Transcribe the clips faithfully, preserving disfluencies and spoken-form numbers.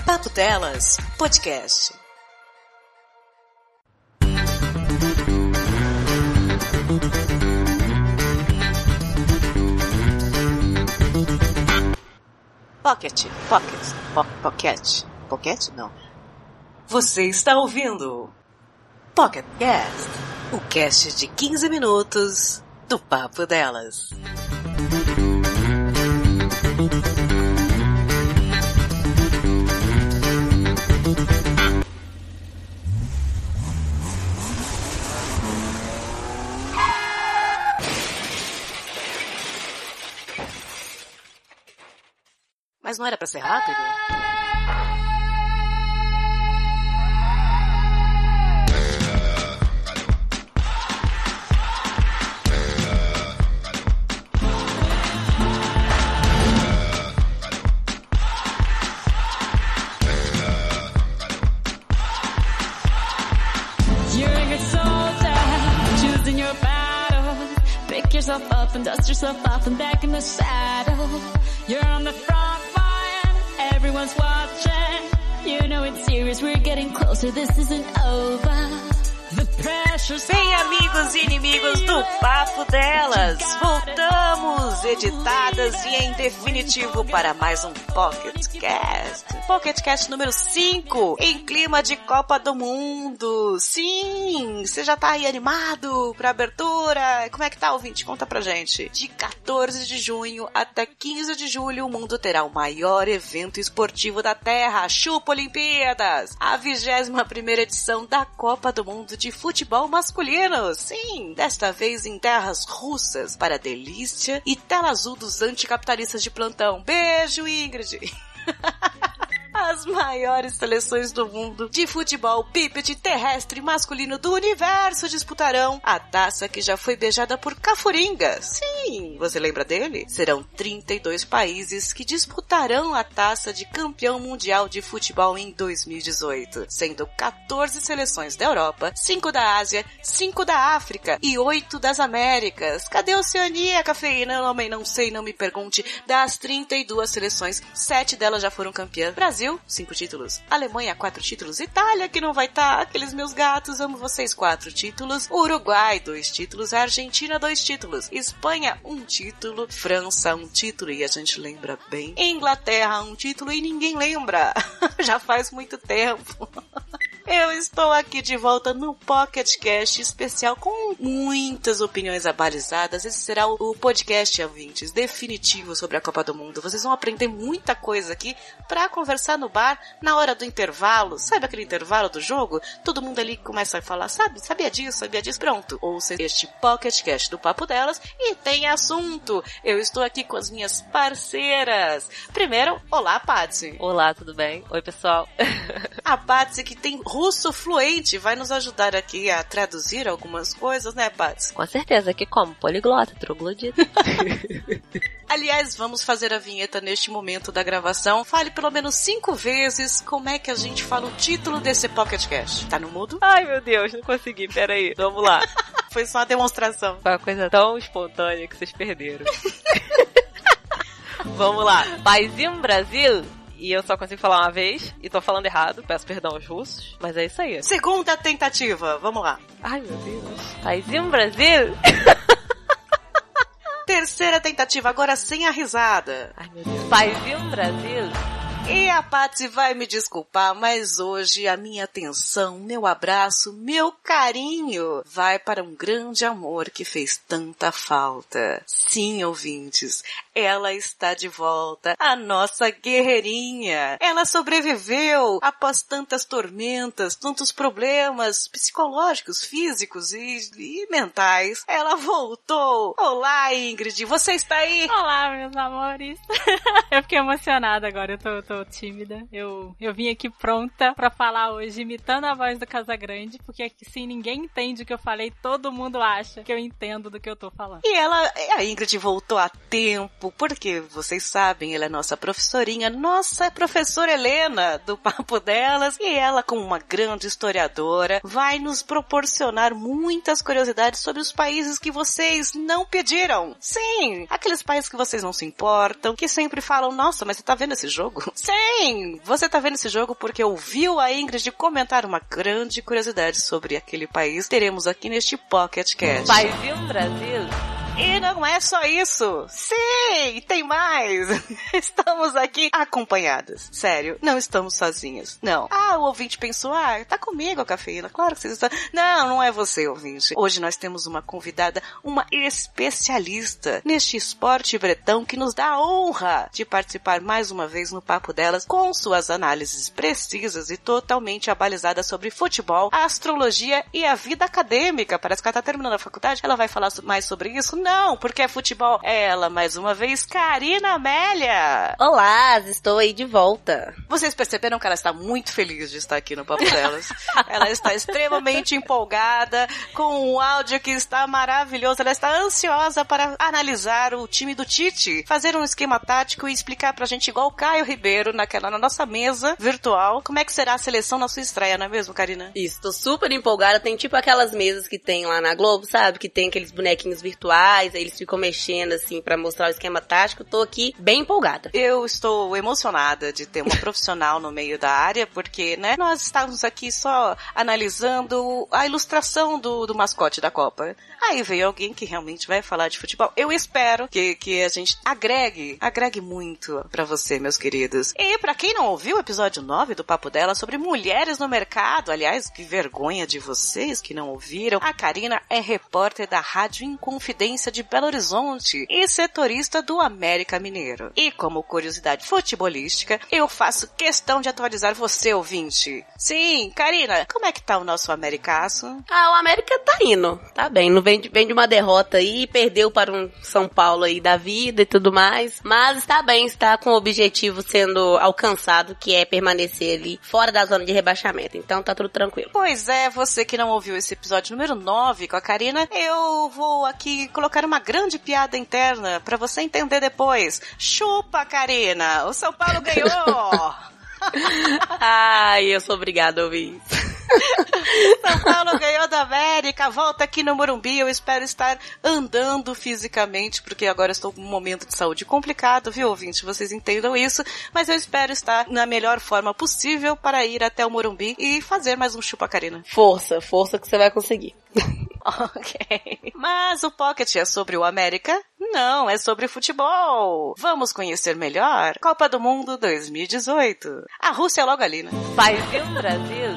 Papo Delas Podcast. Pocket, pocket, po pocket, pocket não. Você está ouvindo Pocket Cast, o cast de quinze minutos do Papo Delas. Mas não era pra ser rápido? You're a good soldier, choosing your battle. Pick yourself up and dust yourself off and back in the saddle. You're on the front line, everyone's watching. You know it's serious, we're getting closer, this isn't over. Bem, amigos e inimigos do Papo Delas, voltamos editadas e em definitivo para mais um Pocket Cast. Pocket Cast número cinco, em clima de Copa do Mundo. Sim, você já tá aí animado pra abertura? Como é que tá, ouvinte? Conta pra gente. De quatorze de junho até quinze de julho, o mundo terá o maior evento esportivo da Terra, Chupa Olimpíadas, a vigésima primeira edição da Copa do Mundo de futebol masculino. Sim, desta vez em terras russas, para a delícia e tela azul dos anticapitalistas de plantão. Beijo, Ingrid! As maiores seleções do mundo de futebol bípede terrestre masculino do universo disputarão a taça que já foi beijada por Cafuringa. Sim, você lembra dele? Serão trinta e dois países que disputarão a taça de campeão mundial de futebol em dois mil e dezoito, sendo quatorze seleções da Europa, cinco da Ásia, cinco da África e oito das Américas. Cadê a Oceania, cafeína? Homem, não sei, não me pergunte. Das trinta e duas seleções, sete delas já foram campeãs. Brasil, cinco títulos. Alemanha, quatro títulos. Itália, que não vai estar. Tá. Aqueles meus gatos, amo vocês, quatro títulos. Uruguai, dois títulos. Argentina, dois títulos. Espanha, um título. França, um título. E a gente lembra bem. Inglaterra, um título. E ninguém lembra. Já faz muito tempo. Eu estou aqui de volta no Pocket Cast especial com muitas opiniões abalizadas. Esse será o podcast, ouvintes, definitivo sobre a Copa do Mundo. Vocês vão aprender muita coisa aqui pra conversar no bar na hora do intervalo. Sabe aquele intervalo do jogo? Todo mundo ali começa a falar, sabe? Sabia disso, sabia disso. Pronto. Ouça este Pocket Cast do Papo Delas e tem assunto. Eu estou aqui com as minhas parceiras. Primeiro, olá, Patsy. Olá, tudo bem? Oi, pessoal. A Patsy, que tem russo fluente, vai nos ajudar aqui a traduzir algumas coisas, né, Patsy? Com certeza, aqui como? Poliglota, troglodita. Aliás, vamos fazer a vinheta neste momento da gravação. Fale pelo menos cinco vezes como é que a gente fala o título desse Pocket Cast. Tá no mudo? Ai, meu Deus, não consegui, peraí. Vamos lá. Foi só uma demonstração. Foi uma coisa tão espontânea que vocês perderam. Vamos lá. Paizinho Brasil... E eu só consigo falar uma vez, e tô falando errado, peço perdão aos russos, mas é isso aí. Segunda tentativa, vamos lá. Ai, meu Deus. Paizinho Brasil. Terceira tentativa, agora sem a risada. Ai, meu Deus. Paizinho Brasil. E a Patsy vai me desculpar, mas hoje a minha atenção, meu abraço, meu carinho vai para um grande amor que fez tanta falta. Sim, ouvintes, ela está de volta, a nossa guerreirinha. Ela sobreviveu após tantas tormentas, tantos problemas psicológicos, físicos e, e mentais. Ela voltou. Olá, Ingrid, você está aí? Olá, meus amores. Eu fiquei emocionada agora, eu tô, tô tímida. Eu, eu vim aqui pronta pra falar hoje, imitando a voz do Casagrande, porque assim, ninguém entende o que eu falei, todo mundo acha que eu entendo do que eu tô falando. E ela, a Ingrid voltou a tempo, porque vocês sabem, ela é nossa professorinha, nossa professora Helena do Papo Delas, e ela, como uma grande historiadora, vai nos proporcionar muitas curiosidades sobre os países que vocês não pediram. Sim, aqueles países que vocês não se importam, que sempre falam, nossa, mas você tá vendo esse jogo? Sim! Você tá vendo esse jogo porque ouviu a Ingrid comentar uma grande curiosidade sobre aquele país. Teremos aqui neste Pocket Cast. Paizinho Brasil. E não é só isso. Sim, tem mais. Estamos aqui acompanhadas. Sério, não estamos sozinhas. Não. Ah, o ouvinte pensou, ah, tá comigo a cafeína. Claro que vocês estão... Não, não é você, ouvinte. Hoje nós temos uma convidada, uma especialista neste esporte bretão que nos dá a honra de participar mais uma vez no Papo Delas com suas análises precisas e totalmente abalizadas sobre futebol, a astrologia e a vida acadêmica. Parece que ela tá terminando a faculdade. Ela vai falar mais sobre isso? Não, porque é futebol. Ela, mais uma vez, Karina Amélia. Olá, estou aí de volta. Vocês perceberam que ela está muito feliz de estar aqui no Papo Delas. Ela está extremamente empolgada, com um áudio que está maravilhoso. Ela está ansiosa para analisar o time do Tite, fazer um esquema tático e explicar pra gente, igual o Caio Ribeiro, naquela, na nossa mesa virtual, como é que será a seleção na sua estreia, não é mesmo, Karina? Isso, tô super empolgada. Tem tipo aquelas mesas que tem lá na Globo, sabe? Que tem aqueles bonequinhos virtuais. Aí eles ficam mexendo assim pra mostrar o esquema tático. Tô aqui bem empolgada. Eu estou emocionada de ter uma profissional no meio da área, porque, né, nós estávamos aqui só analisando a ilustração do, do mascote da Copa. Aí veio alguém que realmente vai falar de futebol. Eu espero que, que a gente agregue, agregue muito pra você, meus queridos. E pra quem não ouviu o episódio nove do Papo Dela sobre mulheres no mercado, aliás, que vergonha de vocês que não ouviram, a Karina é repórter da Rádio Inconfidência de Belo Horizonte e setorista do América Mineiro. E como curiosidade futebolística, eu faço questão de atualizar você, ouvinte. Sim, Karina, como é que tá o nosso Americaço? Ah, o América tá indo, tá bem, não vem de, vem de uma derrota aí, perdeu para um São Paulo aí da vida e tudo mais, mas está bem, está com o objetivo sendo alcançado, que é permanecer ali fora da zona de rebaixamento, então tá tudo tranquilo. Pois é, você que não ouviu esse episódio número nove com a Karina, eu vou aqui colocar uma grande piada interna pra você entender depois. Chupa, Karina! O São Paulo ganhou! Ai, eu sou obrigada a ouvir isso. São Paulo ganhou da América, volta aqui no Morumbi, eu espero estar andando fisicamente, porque agora estou com um momento de saúde complicado, viu, ouvinte? Vocês entendam isso, mas eu espero estar na melhor forma possível para ir até o Morumbi e fazer mais um chupa, Karina. Força, força que você vai conseguir. Ok. Mas o Pocket é sobre o América? Não, é sobre futebol. Vamos conhecer melhor Copa do Mundo dois mil e dezoito. A Rússia é logo ali, né? Paizinho Brasil.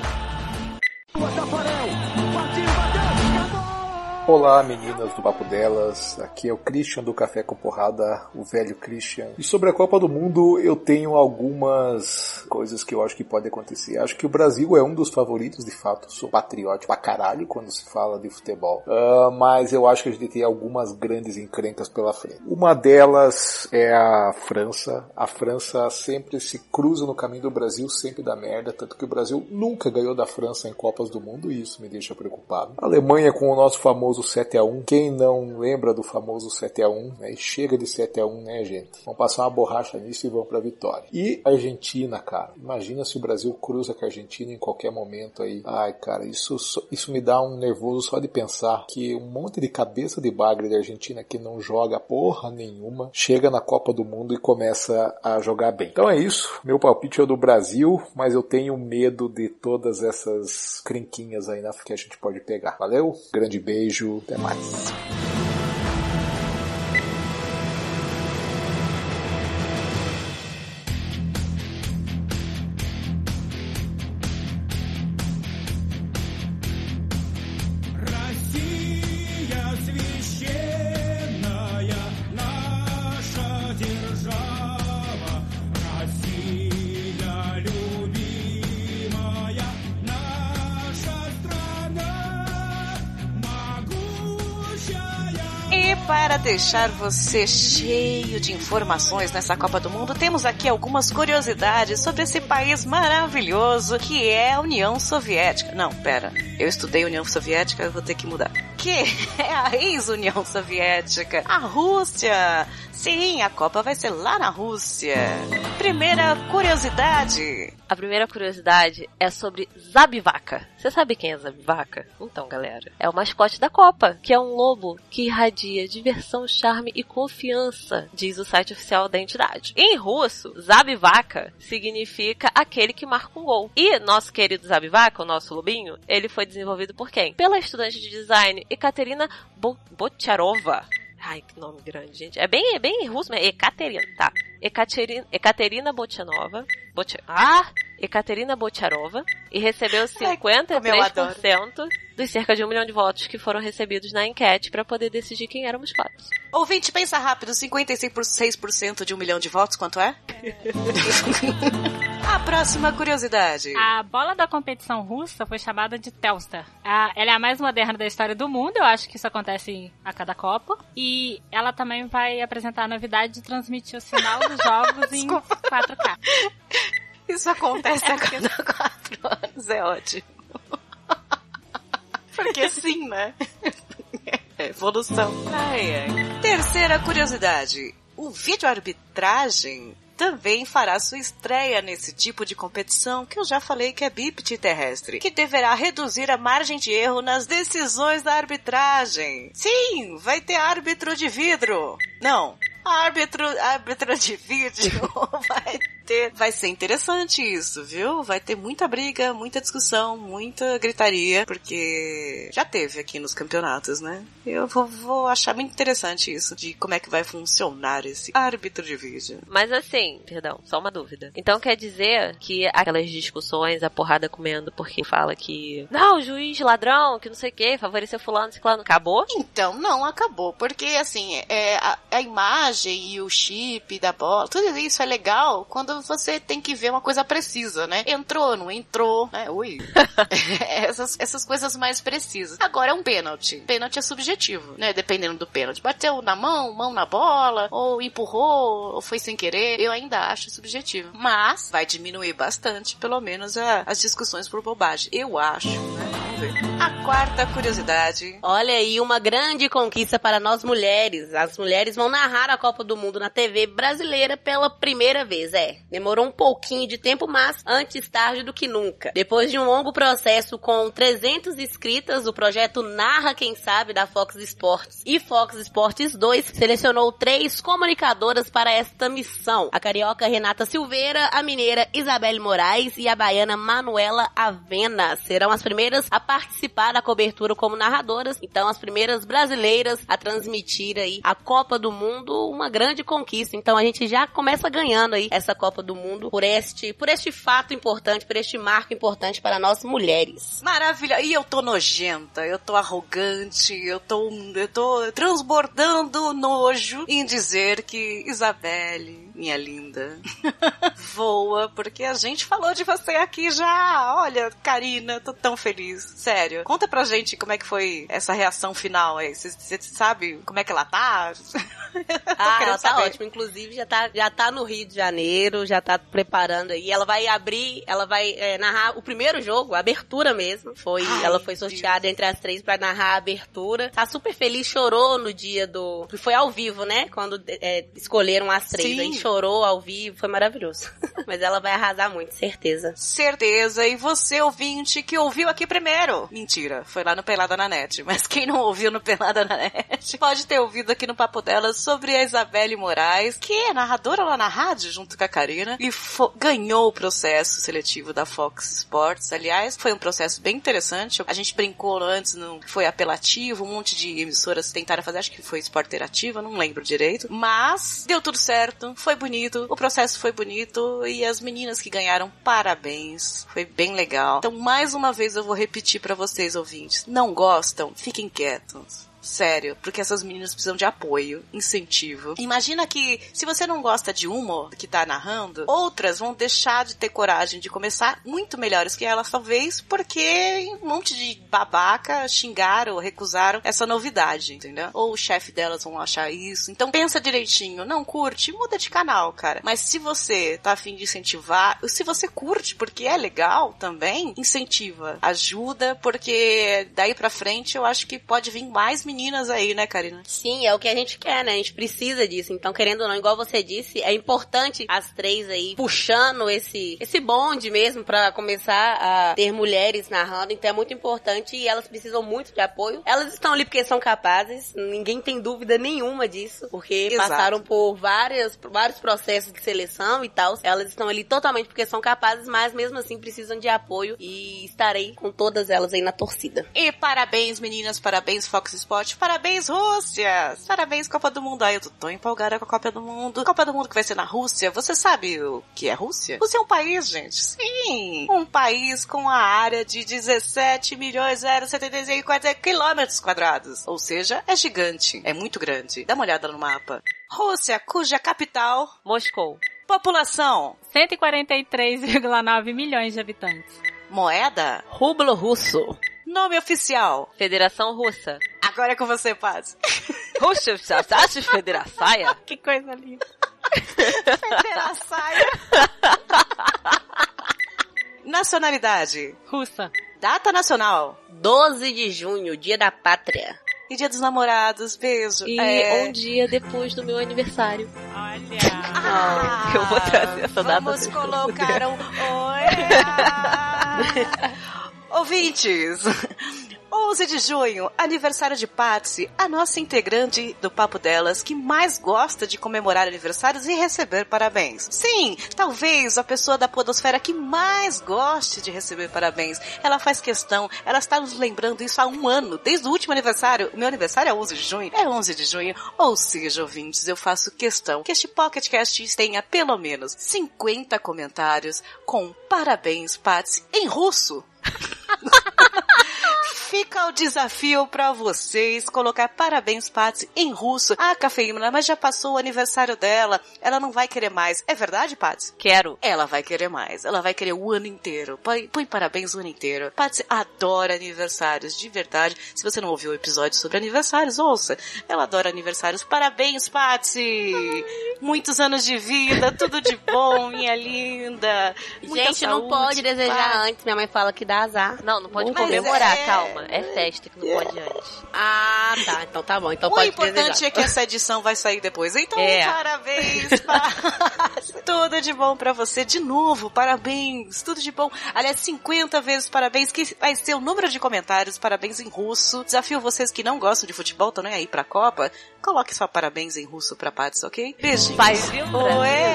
Olá, meninas do Papo Delas, aqui é o Christian do Café com Porrada, o velho Christian. E sobre a Copa do Mundo, eu tenho algumas coisas que eu acho que pode acontecer. Acho que o Brasil é um dos favoritos, de fato, sou patriótico pra caralho quando se fala de futebol. Uh, mas eu acho que a gente tem algumas grandes encrencas pela frente. Uma delas é a França. A França sempre se cruza no caminho do Brasil, sempre dá merda, tanto que o Brasil nunca ganhou da França em Copas do Mundo e isso me deixa preocupado. A Alemanha com o nosso famoso sete a um. Quem não lembra do famoso sete a um, né? Chega de sete a um, né, gente? Vamos passar uma borracha nisso e vamos pra vitória. E a Argentina, cara. Imagina se o Brasil cruza com a Argentina em qualquer momento aí. Ai, cara, isso, isso me dá um nervoso só de pensar que um monte de cabeça de bagre da Argentina que não joga porra nenhuma, chega na Copa do Mundo e começa a jogar bem. Então é isso. Meu palpite é o do Brasil, mas eu tenho medo de todas essas crinquinhas aí na que a gente pode pegar. Valeu? Grande beijo. Até mais. Para deixar você cheio de informações nessa Copa do Mundo, temos aqui algumas curiosidades sobre esse país maravilhoso que é a União Soviética. Não, pera, eu estudei União Soviética, eu vou ter que mudar. Que é a ex-União Soviética, a Rússia. Sim, a Copa vai ser lá na Rússia. Primeira curiosidade. A primeira curiosidade é sobre Zabivaka. Você sabe quem é Zabivaka? Então, galera, é o mascote da Copa, que é um lobo que irradia de diversão, charme e confiança, diz o site oficial da entidade. Em russo, Zabivaka significa aquele que marca um gol. E nosso querido Zabivaka, o nosso lobinho, ele foi desenvolvido por quem? Pela estudante de design Ekaterina Bo- Bocharova. Ai, que nome grande, gente. É bem, é bem russo, mas é Ekaterina, tá. Ekaterina, Ekaterina Bochanova. Boch... Ah! Ekaterina Bocharova. E recebeu cinquenta e três por cento dos cerca de um milhão de votos que foram recebidos na enquete para poder decidir quem eram os quatro. Ouvinte, pensa rápido. cinquenta e seis por cento de um milhão de votos, quanto é? A próxima curiosidade. A bola da competição russa foi chamada de Telstar. A, ela é a mais moderna da história do mundo, eu acho que isso acontece a cada Copa. E ela também vai apresentar a novidade de transmitir o sinal dos jogos em quatro K. Isso acontece a cada quatro anos, é ótimo. Porque sim, né? É evolução. Ai, ai. Terceira curiosidade. O vídeo arbitragem também fará sua estreia nesse tipo de competição que eu já falei que é bípede terrestre, que deverá reduzir a margem de erro nas decisões da arbitragem. Sim, vai ter árbitro de vidro. Não, árbitro, árbitro de vídeo vai ter... Vai ser interessante isso, viu? Vai ter muita briga, muita discussão, muita gritaria, porque já teve aqui nos campeonatos, né? Eu vou, vou achar muito interessante isso, de como é que vai funcionar esse árbitro de vídeo. Mas assim, perdão, só uma dúvida. Então quer dizer que aquelas discussões, a porrada comendo porque fala que não, o juiz ladrão, que não sei o que, favoreceu fulano, ciclano, acabou? Então, não acabou, porque assim, é, a, a imagem e o chip da bola, tudo isso é legal quando você tem que ver uma coisa precisa, né? Entrou, não entrou, né? Ui. essas, essas coisas mais precisas. Agora é um pênalti. Pênalti é subjetivo, né? Dependendo do pênalti. Bateu na mão, mão na bola, ou empurrou, ou foi sem querer. Eu ainda acho subjetivo. Mas vai diminuir bastante, pelo menos, a, as discussões por bobagem. Eu acho, né? Vamos ver. A quarta curiosidade. Olha aí, uma grande conquista para nós mulheres. As mulheres vão narrar a Copa do Mundo na T V brasileira pela primeira vez. É, demorou um pouquinho de tempo, mas antes tarde do que nunca. Depois de um longo processo com trezentas inscritas, o projeto Narra Quem Sabe da Fox Sports e Fox Sports dois selecionou três comunicadoras para esta missão. A carioca Renata Silveira, a mineira Isabelle Moraes e a baiana Manuela Avena serão as primeiras a participar da cobertura como narradoras, então as primeiras brasileiras a transmitir aí a Copa do Mundo, uma grande conquista. Então a gente já começa ganhando aí essa Copa do Mundo por este, por este fato importante, por este marco importante para nós mulheres. Maravilha! E eu tô nojenta, eu tô arrogante, eu tô, eu tô transbordando nojo em dizer que Isabelle, minha linda, voa, porque a gente falou de você aqui já. Olha, Karina, tô tão feliz. Sério. Conta pra gente como é que foi essa reação final aí. Você sabe como é que ela tá? Ah, ela tá ótima. Inclusive, já tá, já tá no Rio de Janeiro, já tá preparando aí. Ela vai abrir, ela vai é, narrar o primeiro jogo, a abertura mesmo. Foi, Ai, ela foi sorteada Deus. entre as três pra narrar a abertura. Tá super feliz, chorou no dia do... Foi ao vivo, né? Quando é, escolheram as três. Sim. Aí chorou ao vivo, foi maravilhoso. Mas ela vai arrasar muito, certeza. Certeza. E você, ouvinte, que ouviu aqui primeiro. Mentira, foi lá no Pelada na Net. Mas quem não ouviu no Pelada na Net, pode ter ouvido aqui no Papo Delas sobre a Isabelle Moraes, que é narradora lá na rádio, junto com a Karina, e ganhou o processo seletivo da Fox Sports. Aliás, foi um processo bem interessante. A gente brincou antes, não foi apelativo, um monte de emissoras tentaram fazer, acho que foi Sport Interativa, não lembro direito. Mas deu tudo certo, foi bonito, o processo foi bonito, e as meninas que ganharam, parabéns. Foi bem legal. Então, mais uma vez eu vou repetir pra vocês, ouvintes. Não gostam? Fiquem quietos. Sério, porque essas meninas precisam de apoio, incentivo. Imagina que, se você não gosta de uma que tá narrando, outras vão deixar de ter coragem de começar muito melhores que elas, talvez, porque um monte de babaca xingaram ou recusaram essa novidade, entendeu? Ou o chefe delas vão achar isso. Então pensa direitinho, não curte, muda de canal, cara. Mas se você tá a fim de incentivar, se você curte porque é legal também, incentiva, ajuda, porque daí pra frente eu acho que pode vir mais meninas aí, né, Karina? Sim, é o que a gente quer, né? A gente precisa disso. Então, querendo ou não, igual você disse, é importante as três aí puxando esse, esse bonde mesmo pra começar a ter mulheres narrando. Então, é muito importante e elas precisam muito de apoio. Elas estão ali porque são capazes, ninguém tem dúvida nenhuma disso, porque Exato. passaram por várias, vários processos de seleção e tal. Elas estão ali totalmente porque são capazes, mas mesmo assim precisam de apoio e estarei com todas elas aí na torcida. E parabéns, meninas, parabéns, Fox Sports, parabéns, Rússia, parabéns, Copa do Mundo. Ai, eu tô tão empolgada com a Copa do Mundo. Copa do Mundo que vai ser na Rússia. Você sabe o que é Rússia? Rússia é um país, gente. Sim, um país com a área de dezessete milhões zero setenta e seis quilômetros quadrados. Ou seja, é gigante, é muito grande. Dá uma olhada no mapa. Rússia, cuja capital... Moscou. População... cento e quarenta e três vírgula nove milhões de habitantes. Moeda... Rublo russo. Nome oficial... Federação Russa. Agora é com você, Paz. Rússia, Sassi, Federaçaia. Que coisa linda. Federaçaia. Nacionalidade... Russa. Data nacional... doze de junho, dia da pátria. E dia dos namorados, beijo. E é... um dia depois do meu aniversário. Olha. Ah, Eu vou trazer essa data. Vamos desse colocar um... Oi! Ouvintes! onze de junho, aniversário de Patsy, a nossa integrante do Papo Delas, que mais gosta de comemorar aniversários e receber parabéns. Sim, talvez a pessoa da podosfera que mais goste de receber parabéns. Ela faz questão, ela está nos lembrando isso há um ano, desde o último aniversário. O meu aniversário é onze de junho, é onze de junho. Ou seja, ouvintes, eu faço questão que este PocketCast tenha pelo menos cinquenta comentários com parabéns, Patsy, em russo. Fica o desafio pra vocês colocar parabéns, Patsy, em russo. Ah, Cafeína, mas já passou o aniversário dela. Ela não vai querer mais. É verdade, Patsy? Quero. Ela vai querer mais. Ela vai querer o ano inteiro. Põe, põe parabéns o ano inteiro. Patsy adora aniversários, de verdade. Se você não ouviu o episódio sobre aniversários, ouça. Ela adora aniversários. Parabéns, Patsy! Muitos anos de vida, tudo de bom, minha linda. Muita Gente, saúde, não pode desejar Patsy. antes. Minha mãe fala que dá azar. Não, não pode Mas comemorar, é- calma. É festa que não pode antes. Ah, tá. Então tá bom. Então O pode importante desejar. é que essa edição vai sair depois. Então, É. parabéns, Patsy. Tudo de bom pra você. De novo, parabéns. Tudo de bom. Aliás, cinquenta vezes parabéns, que vai ser o número de comentários. Parabéns em russo. Desafio vocês que não gostam de futebol, estão nem aí pra Copa. Coloque só parabéns em russo pra Patsy, ok? Beijinhos. Faz, viu, Ué.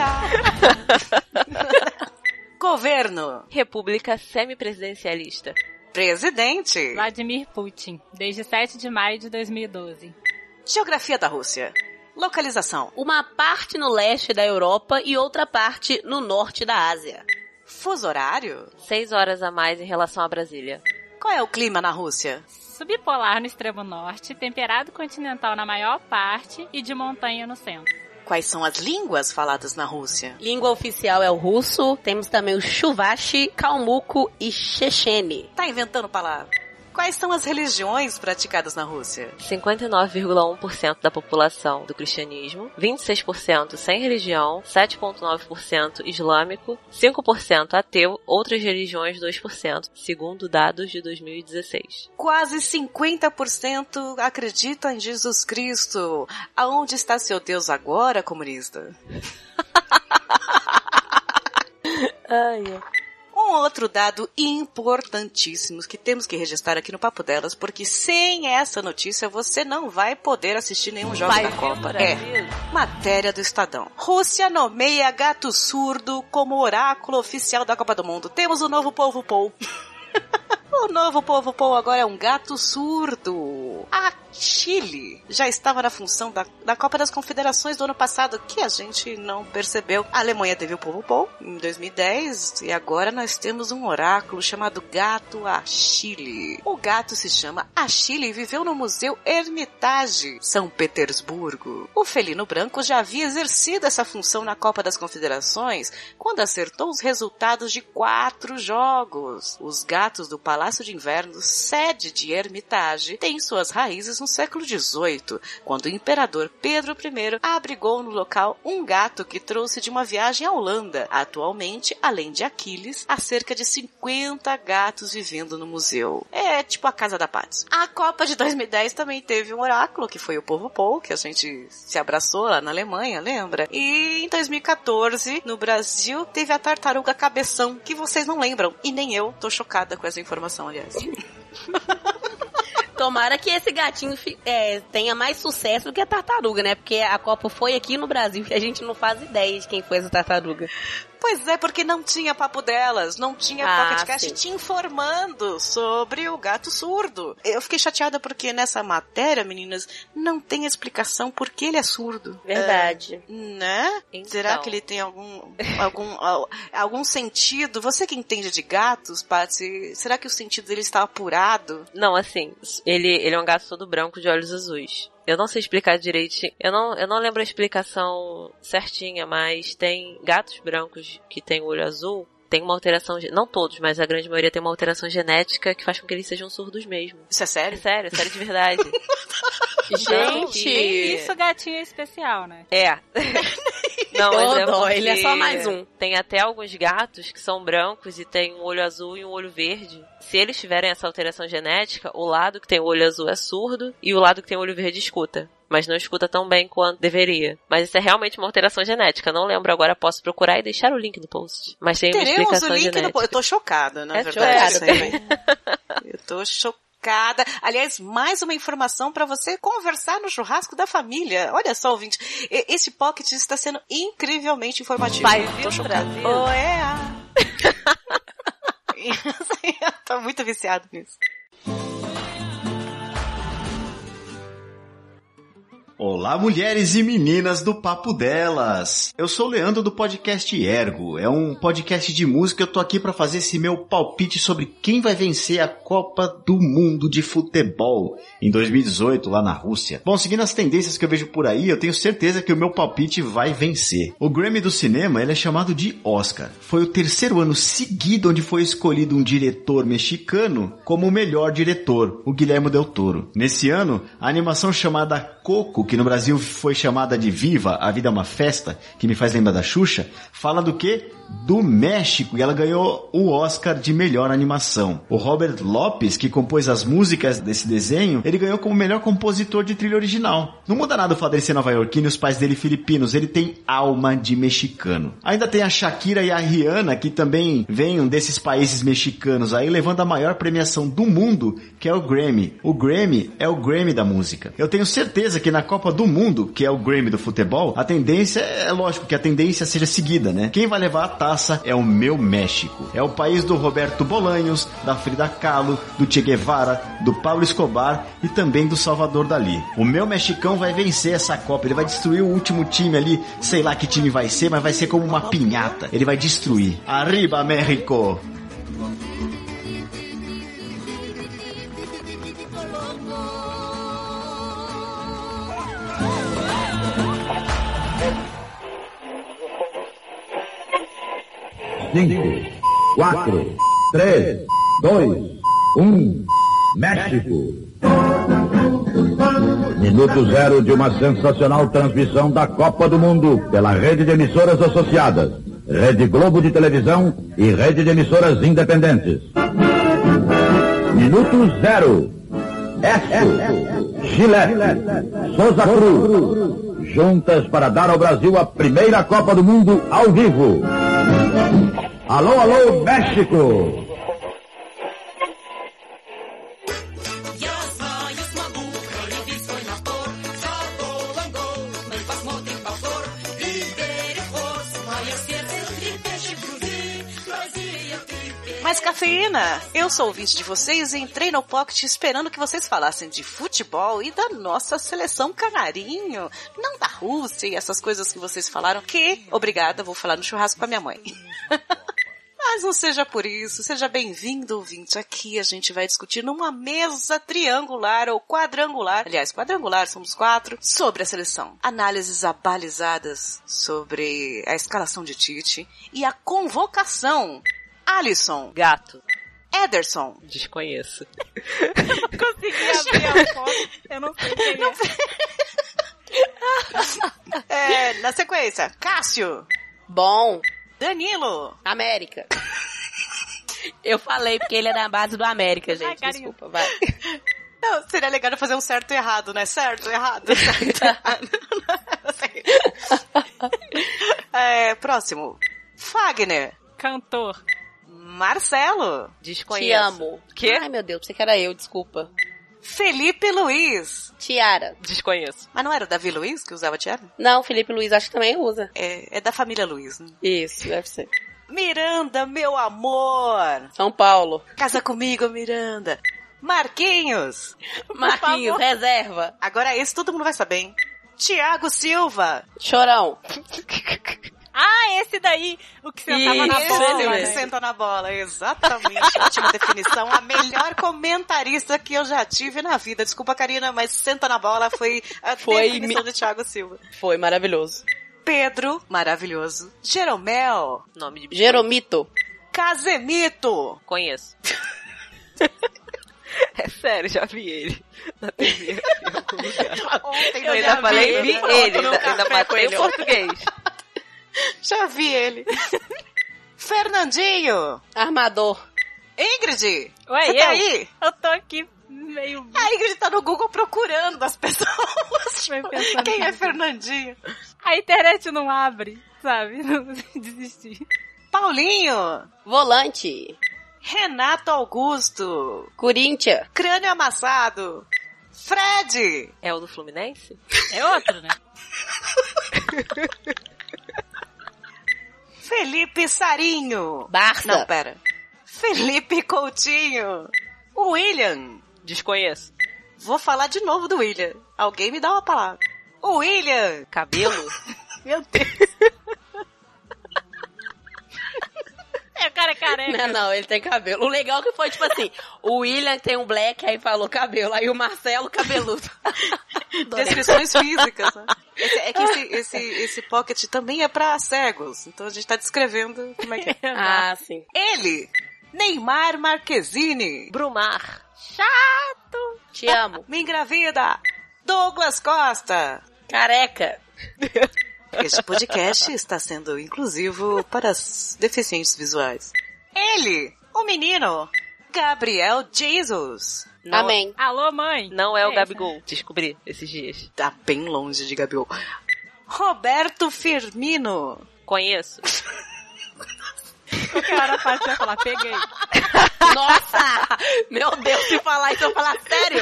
Governo. República semipresidencialista. Presidente. Vladimir Putin, desde sete de maio de dois mil e doze. Geografia da Rússia. Localização. Uma parte no leste da Europa e outra parte no norte da Ásia. Fuso horário. Seis horas a mais em relação a Brasília. Qual é o clima na Rússia? Subpolar no extremo norte, temperado continental na maior parte e de montanha no centro. Quais são as línguas faladas na Rússia? Língua oficial é o russo. Temos também o chuvache, calmuco e chechene. Tá inventando palavra. Quais são as religiões praticadas na Rússia? cinquenta e nove vírgula um por cento da população do cristianismo, vinte e seis por cento sem religião, sete vírgula nove por cento islâmico, cinco por cento ateu, outras religiões dois por cento, segundo dados de dois mil e dezesseis. Quase cinquenta por cento acreditam em Jesus Cristo. Aonde está seu Deus agora, comunista? Ai, ai. Um outro dado importantíssimo que temos que registrar aqui no Papo Delas, porque sem essa notícia você não vai poder assistir nenhum jogo Vai da ver, Copa. Brasil. É, matéria do Estadão. Rússia nomeia gato surdo como oráculo oficial da Copa do Mundo. Temos o novo povo Pou. O novo povo Pou agora é um gato surdo. A Chile já estava na função da, da Copa das Confederações do ano passado, que a gente não percebeu. A Alemanha teve o povo Pou em dois mil e dez e agora nós temos um oráculo chamado Gato Achille. O gato se chama Achille e viveu no Museu Hermitage, São Petersburgo. O felino branco já havia exercido essa função na Copa das Confederações quando acertou os resultados de quatro jogos. Os gatos do Palácio de Inverno, sede de Hermitage, têm suas raízes no século dezoito, quando o imperador Pedro I abrigou no local um gato que trouxe de uma viagem à Holanda. Atualmente, além de Aquiles, há cerca de cinquenta gatos vivendo no museu. É tipo a casa da Paty. A Copa de dois mil e dez também teve um oráculo, que foi o Povo Pou, que a gente se abraçou lá na Alemanha, lembra? E em dois mil e quatorze, no Brasil, teve a tartaruga Cabeção, que vocês não lembram. E nem eu tô chocada com essa informação, aliás. Tomara que esse gatinho é, tenha mais sucesso do que a tartaruga, né? Porque a Copa foi aqui no Brasil e a gente não faz ideia de quem foi essa tartaruga. Pois é, porque não tinha Papo Delas, não tinha ah, Pocket Cast te informando sobre o gato surdo. Eu fiquei chateada porque nessa matéria, meninas, não tem explicação por que ele é surdo. Verdade. É, né? Então. Será que ele tem algum, algum, algum sentido? Você que entende de gatos, Paty, será que o sentido dele está apurado? Não, assim, ele, ele é um gato todo branco de olhos azuis. Eu não sei explicar direitinho. Eu não, eu não lembro a explicação certinha, mas tem gatos brancos que têm olho azul. Tem uma alteração, não todos, mas a grande maioria tem uma alteração genética que faz com que eles sejam surdos mesmo. Isso é sério? É sério, é sério de verdade. Gente, nem isso gatinho é especial, né? É. Não, mas é dó, ele é só mais um. Tem até alguns gatos que são brancos e tem um olho azul e um olho verde. Se eles tiverem essa alteração genética, o lado que tem o olho azul é surdo e o lado que tem o olho verde escuta. Mas não escuta tão bem quanto deveria. Mas isso é realmente uma alteração genética. Não lembro agora, posso procurar e deixar o link no post. Mas tem Teremos uma explicação o link genética. No post. Eu tô chocada, na é verdade. Chocada. Eu tô chocada. Aliás, mais uma informação para você conversar no churrasco da família. Olha só, ouvinte, esse Pocket está sendo incrivelmente informativo. Pai, tô chocada. Oh, é. Eu tô muito viciado nisso. Olá, mulheres e meninas do Papo Delas! Eu sou o Leandro do podcast Ergo. É um podcast de música. Eu tô aqui para fazer esse meu palpite sobre quem vai vencer a Copa do Mundo de Futebol em dois mil e dezoito, lá na Rússia. Bom, seguindo as tendências que eu vejo por aí, eu tenho certeza que o meu palpite vai vencer. O Grammy do cinema, ele é chamado de Oscar. Foi o terceiro ano seguido onde foi escolhido um diretor mexicano como o melhor diretor, o Guillermo del Toro. Nesse ano, a animação chamada Coco, que no Brasil foi chamada de Viva, a Vida é uma Festa, que me faz lembrar da Xuxa, fala do quê? Do México, e ela ganhou o Oscar de melhor animação. O Robert Lopes, que compôs as músicas desse desenho, ele ganhou como melhor compositor de trilha original. Não muda nada o fato dele ser nova-iorquino e os pais dele filipinos, ele tem alma de mexicano. Ainda tem a Shakira e a Rihanna, que também vêm desses países mexicanos aí, levando a maior premiação do mundo, que é o Grammy. O Grammy é o Grammy da música. Eu tenho certeza que na Copa do Mundo, que é o Grammy do futebol, a tendência, é lógico que a tendência seja seguida, né? Quem vai levar a taça é o meu México. É o país do Roberto Bolanhos, da Frida Kahlo, do Che Guevara, do Pablo Escobar e também do Salvador Dalí. O meu mexicão vai vencer essa Copa, ele vai destruir o último time ali, sei lá que time vai ser, mas vai ser como uma pinhata. Ele vai destruir. Arriba, México! Cinco, quatro, três, dois, um, México. Minuto zero de uma sensacional transmissão da Copa do Mundo pela rede de emissoras associadas, Rede Globo de televisão e rede de emissoras independentes. Minuto zero. Esso, Gillette, Souza Cruz, juntas para dar ao Brasil a primeira Copa do Mundo ao vivo. Alô, alô, México! Mais cafeína! Eu sou ouvinte de vocês e entrei no Pocket esperando que vocês falassem de futebol e da nossa seleção canarinho, não da Rússia e essas coisas que vocês falaram, que, obrigada, vou falar no churrasco com a minha mãe. Mas não seja por isso, seja bem-vindo, ouvinte. Aqui a gente vai discutir numa mesa triangular ou quadrangular, aliás, quadrangular, somos quatro, sobre a seleção. Análises abalizadas sobre a escalação de Tite e a convocação. Alisson. Gato. Ederson. Desconheço. Consegui abrir a foto, eu não sei quem é. É, na sequência, Cássio. Bom. Danilo. América. Eu falei porque ele é da base do América, gente. Ai, desculpa, vai. Não, seria legal eu fazer um certo e errado, né? Certo, errado, certo, errado. É, próximo. Fagner. Cantor. Marcelo. Desconheço. Te amo. Quê? Ai, meu Deus, pensei que era eu, desculpa. Felipe Luiz. Tiara. Desconheço. Mas não era o Davi Luiz que usava tiara? Não, Felipe Luiz acho que também usa. É, é da família Luiz, né? Isso, deve ser. Miranda, meu amor. São Paulo. Casa comigo, Miranda. Marquinhos. Marquinhos, reserva. Agora esse todo mundo vai saber, hein? Tiago Silva. Chorão. Ah, esse daí, o que sentava na Isso, bola. ele Ele né? mesmo. senta na bola, exatamente. Ótima definição. A melhor comentarista que eu já tive na vida. Desculpa, Karina, mas senta na bola foi a Foi definição mi- de Thiago Silva. Foi maravilhoso. Pedro, maravilhoso. Jeromel. Nome de bicho. Jeromito. Casemito. Conheço. É sério, já vi ele na T V em algum lugar. Ontem Eu eu ainda já falei, vi vi ele, no ainda, café ainda com matei ele o português. Já vi ele. Fernandinho. Armador. Ingrid. Oi, Você eu? tá aí? Eu tô aqui meio... A Ingrid tá no Google procurando as pessoas. meio pensando Quem é nisso. Fernandinho? A internet não abre, sabe? Não desisti. Paulinho. Volante. Renato Augusto. Corinthians. Crânio amassado. Fred. É o do Fluminense? É outro, né? Felipe Sarinho. Barça. Não, pera. Felipe Coutinho. William. Desconheço. Vou falar de novo do William. Alguém me dá uma palavra. William. Cabelo? Meu Deus. É, o cara é careca. Não, não, ele tem cabelo. O legal que foi, tipo assim, o William tem um black, aí falou cabelo. Aí o Marcelo, cabeludo. Descrições físicas, né? Esse- é que esse, esse, esse pocket também é pra cegos. Então a gente tá descrevendo como é que é. Ah, sim. Ele. Neymar Marquezine. Brumar. Chato. Te amo. Me engravida. Douglas Costa. Careca. Este podcast está sendo inclusivo para os deficientes visuais. Ele, o menino, Gabriel Jesus. Não, Amém. Alô, mãe. Não é o Essa. Gabigol. Descobri esses dias. Tá bem longe de Gabriel. Roberto Firmino. Conheço. Qualquer hora a Paty vai falar, peguei. Nossa! Meu Deus, se falar isso, eu vou falar sério.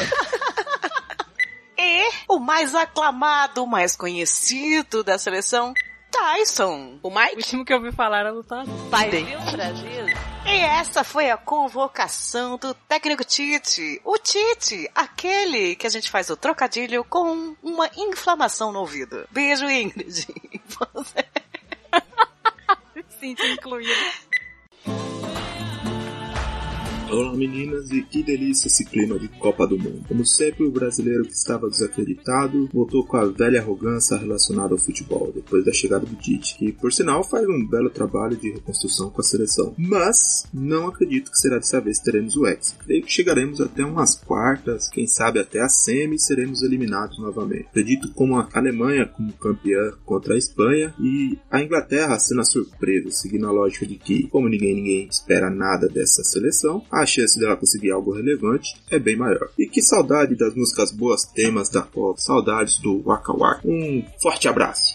E o mais aclamado, o mais conhecido da seleção, Tyson. O O Mike? último que eu ouvi falar era lutador. Brasil, Brasil. E essa foi a convocação do técnico Tite. O Tite, aquele que a gente faz o trocadilho com uma inflamação no ouvido. Beijo, Ingrid. Você... Sim, incluído. Olá meninas, e que delícia esse clima de Copa do Mundo. Como sempre, o brasileiro que estava desacreditado voltou com a velha arrogância relacionada ao futebol, depois da chegada do Tite, que por sinal faz um belo trabalho de reconstrução com a seleção. Mas não acredito que será dessa vez que teremos o Hexa. Creio que chegaremos até umas quartas, quem sabe até a semi, e seremos eliminados novamente. Acredito como a Alemanha como campeã contra a Espanha e a Inglaterra sendo a surpresa, seguindo a lógica de que, como ninguém ninguém espera nada dessa seleção, a chance dela conseguir algo relevante é bem maior. E que saudade das músicas boas temas da Copa, saudades do Waka Waka. Um forte abraço.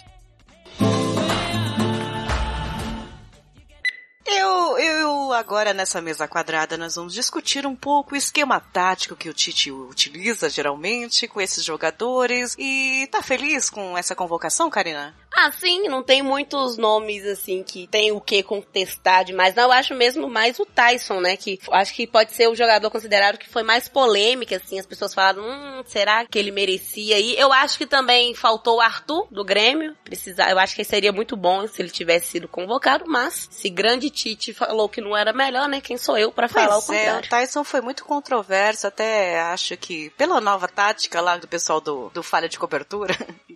Eu, eu agora nessa mesa quadrada nós vamos discutir um pouco o esquema tático que o Tite utiliza geralmente com esses jogadores. E tá feliz com essa convocação, Karina? Ah, sim, não tem muitos nomes, assim, que tem o que contestar demais. Não, eu acho mesmo mais o Tyson, né, que acho que pode ser o jogador considerado que foi mais polêmica, assim, as pessoas falaram, hum, será que ele merecia ir? Eu acho que também faltou o Arthur, do Grêmio, precisar, eu acho que seria muito bom se ele tivesse sido convocado, mas se grande Tite falou que não era melhor, né, quem sou eu pra falar o Pois é, o contrário? Tyson foi muito controverso, até acho que pela nova tática lá do pessoal do, do Falha de Cobertura,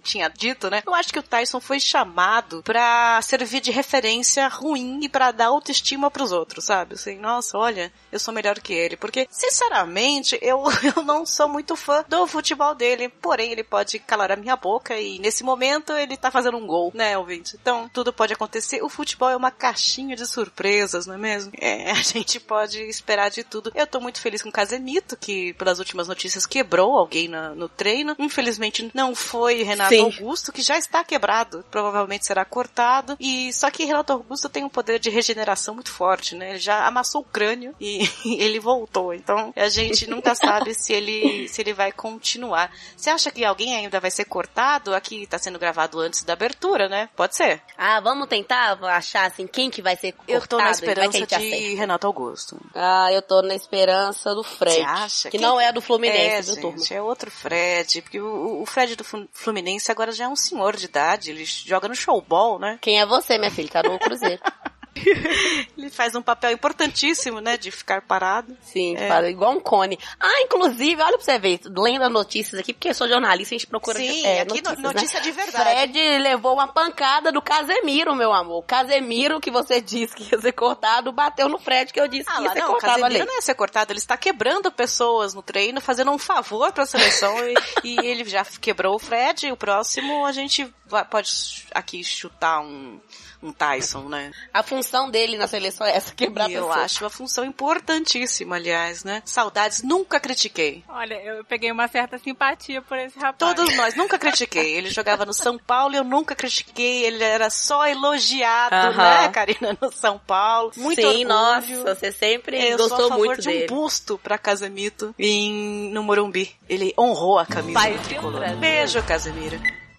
tinha dito, né? Eu acho que o Tyson foi chamado pra servir de referência ruim e pra dar autoestima pros outros, sabe? Assim, nossa, olha, eu sou melhor que ele. Porque, sinceramente, eu, eu não sou muito fã do futebol dele. Porém, ele pode calar a minha boca e, nesse momento, ele tá fazendo um gol, né, ouvinte? Então, tudo pode acontecer. O futebol é uma caixinha de surpresas, não é mesmo? É, a gente pode esperar de tudo. Eu tô muito feliz com o Casemiro, que, pelas últimas notícias, quebrou alguém na, no treino. Infelizmente, não foi Renato Sim. Augusto, que já está quebrado. Provavelmente será cortado. E só que Renato Augusto tem um poder de regeneração muito forte, né? Ele já amassou o crânio e ele voltou. Então, a gente nunca sabe se ele, se ele vai continuar. Você acha que alguém ainda vai ser cortado? Aqui tá sendo gravado antes da abertura, né? Pode ser. Ah, vamos tentar achar, assim, quem que vai ser cortado. Eu tô na vai esperança que a gente de acerta. Renato Augusto. Ah, eu tô na esperança do Fred. Você acha? Que Quem- não é do Fluminense, É, viu, gente, turma? é outro Fred, porque o, o Fred do Flu- Fluminense agora já é um senhor de idade, ele joga no showball, né? Quem é você, minha filha? Tá no Cruzeiro. Ele faz um papel importantíssimo, né, de ficar parado. Sim, É. fala igual um cone. Ah, inclusive, olha pra você ver, lendo as notícias aqui, porque eu sou jornalista, a gente procura Sim, é, aqui no- notícias, notícia né? de verdade. Fred levou uma pancada do Casemiro, meu amor. Casemiro, que você disse que ia ser cortado, bateu no Fred, que eu disse Ah que ia lá, ser não, o cortado. Olha Casemiro aí. não ia ser cortado, ele está quebrando pessoas no treino, fazendo um favor pra seleção e, e ele já quebrou o Fred, e o próximo a gente vai- pode aqui chutar um, um Tyson, né? A função dele na seleção é essa, quebrar E eu pessoas. acho uma função importantíssima, aliás, né? Saudades, nunca critiquei. Olha, eu peguei uma certa simpatia por esse rapaz. Todos nós, nunca critiquei. Ele jogava no São Paulo e eu nunca critiquei. Ele era só elogiado, Aham. né, Karina, no São Paulo. Muito Sim, orgulho. nossa, você sempre Eu sou a gostou favor muito de um dele. busto pra Casemiro em, no Morumbi. Ele honrou a camisa Pai do de tricolor. Brasil. Beijo, Casemiro.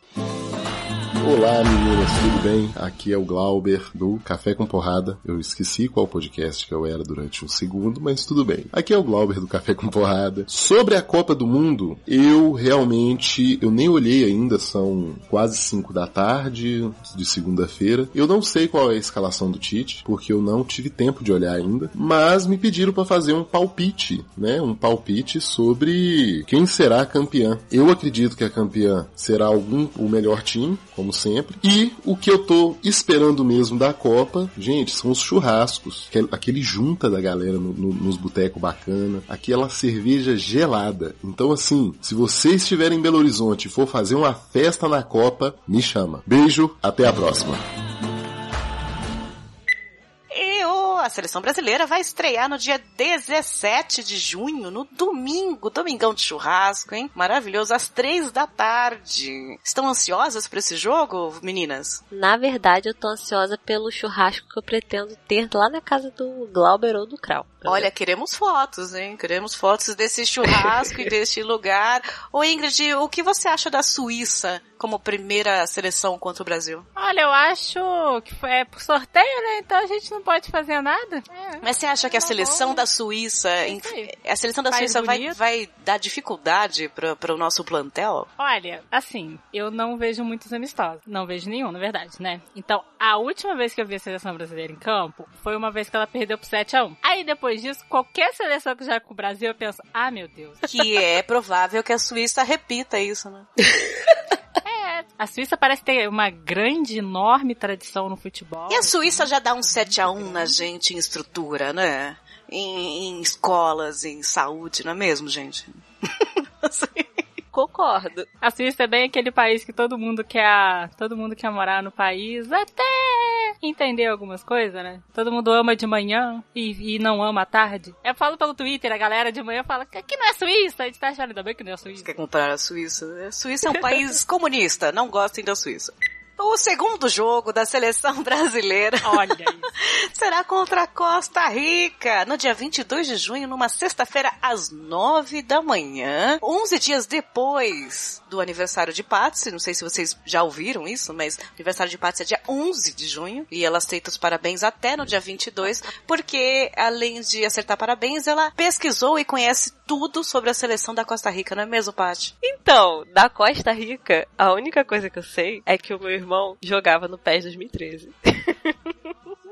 Olá meninas, tudo bem? Aqui é o Glauber do Café com Porrada. Eu esqueci qual podcast que eu era durante um segundo, mas tudo bem. Aqui é o Glauber do Café com Porrada. Sobre a Copa do Mundo, eu realmente, eu nem olhei ainda, são quase cinco da tarde de segunda-feira. Eu não sei qual é a escalação do Tite, porque eu não tive tempo de olhar ainda, mas me pediram para fazer um palpite, né? Um palpite sobre quem será a campeã. Eu acredito que a campeã será algum o melhor time, como sempre. E o que eu tô esperando mesmo da Copa, gente, são os churrascos. Aquele, aquele junta da galera no, no, nos botecos bacana. Aquela cerveja gelada. Então, assim, se você estiver em Belo Horizonte e for fazer uma festa na Copa, me chama. Beijo, até a próxima. E o, a seleção brasileira vai estrear no dia dezessete de junho, no domingo, domingão de churrasco, hein? Maravilhoso, às três da tarde. Estão ansiosas por esse jogo, meninas? Na verdade, eu tô ansiosa pelo churrasco que eu pretendo ter lá na casa do Glauber ou do Krau. Olha, queremos fotos, hein? Queremos fotos desse churrasco e deste lugar. Ô Ingrid, o que você acha da Suíça como primeira seleção contra o Brasil? Olha, eu acho que foi, é por sorteio, né? Então a gente não pode fazer nada. É. Mas você acha que a Tá seleção bom. da Suíça, em- isso aí. a seleção da País Suíça vai, bonito. vai dar dificuldade para o nosso plantel? Olha, assim, eu não vejo muitos amistosos. Não vejo nenhum, na verdade, né? Então, a última vez que eu vi a seleção brasileira em campo foi uma vez que ela perdeu por sete a um. Aí, depois disso, qualquer seleção que joga com o Brasil, eu penso, ah, meu Deus. Que é provável que a Suíça repita isso, né? É, a Suíça parece ter uma grande, enorme tradição no futebol. E a Suíça já dá um sete a um na gente em estrutura, né? Em, em escolas, em saúde, não é mesmo, gente? Concordo. A Suíça é bem aquele país que todo mundo quer, todo mundo quer morar no país, até entender algumas coisas, né? Todo mundo ama de manhã e, e não ama à tarde. Eu falo pelo Twitter, a galera de manhã fala que aqui não é Suíça, a gente tá achando ainda bem que não é Suíça. Quer comparar a Suíça? A Suíça é um país comunista, não gostem da Suíça. O segundo jogo da seleção brasileira Olha isso. será contra a Costa Rica, no dia vinte e dois de junho, numa sexta-feira, às nove da manhã, onze dias depois do aniversário de Patsy. Não sei se vocês já ouviram isso, mas o aniversário de Patsy é dia onze de junho, e ela aceita os parabéns até no dia vinte e dois, porque, além de acertar parabéns, ela pesquisou e conhece tudo sobre a seleção da Costa Rica, não é mesmo, Paty? Então, da Costa Rica, a única coisa que eu sei é que o meu irmão jogava no P E S dois mil e treze.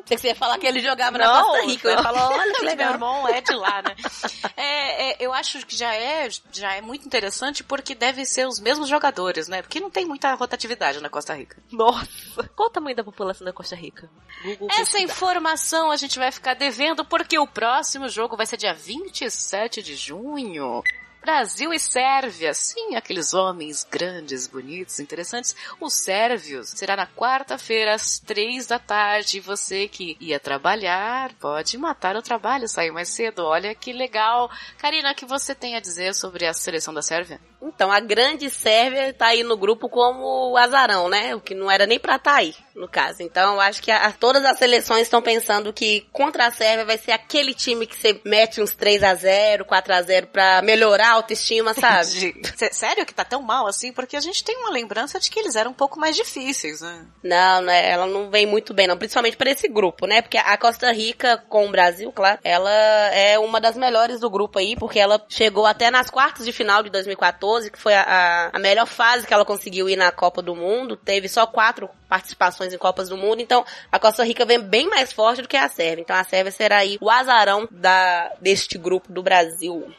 Você ia falar que ele jogava Não, na Costa Rica. Eu ia falar, olha que Meu legal. irmão é de lá, né? É, é, eu acho que já é, já é muito interessante porque devem ser os mesmos jogadores, né? Porque não tem muita rotatividade na Costa Rica. Nossa! Qual o tamanho da população da Costa Rica? Google Essa pesquisar. informação a gente vai ficar devendo porque o próximo jogo vai ser dia vinte e sete de junho. Brasil e Sérvia, sim, aqueles homens grandes, bonitos, interessantes. Os sérvios será na quarta-feira às três da tarde. E você que ia trabalhar pode matar o trabalho, sair mais cedo. Olha que legal. Karina, o que você tem a dizer sobre a seleção da Sérvia? Então, a grande Sérvia tá aí no grupo como o azarão, né? O que não era nem pra tá aí, no caso. Então, eu acho que a, todas as seleções estão pensando que contra a Sérvia vai ser aquele time que você mete uns três a zero, quatro a zero pra melhorar a autoestima, sabe? Sério que tá tão mal assim? Porque a gente tem uma lembrança de que eles eram um pouco mais difíceis, né? Não, né? Ela não vem muito bem, não. Principalmente pra esse grupo, né? Porque a Costa Rica, com o Brasil, claro, ela é uma das melhores do grupo aí, porque ela chegou até nas quartas de final de dois mil e quatorze, que foi a, a melhor fase que ela conseguiu ir na Copa do Mundo. Teve só quatro participações em Copas do Mundo, então a Costa Rica vem bem mais forte do que a Sérvia. Então a Sérvia será aí o azarão da, deste grupo do Brasil.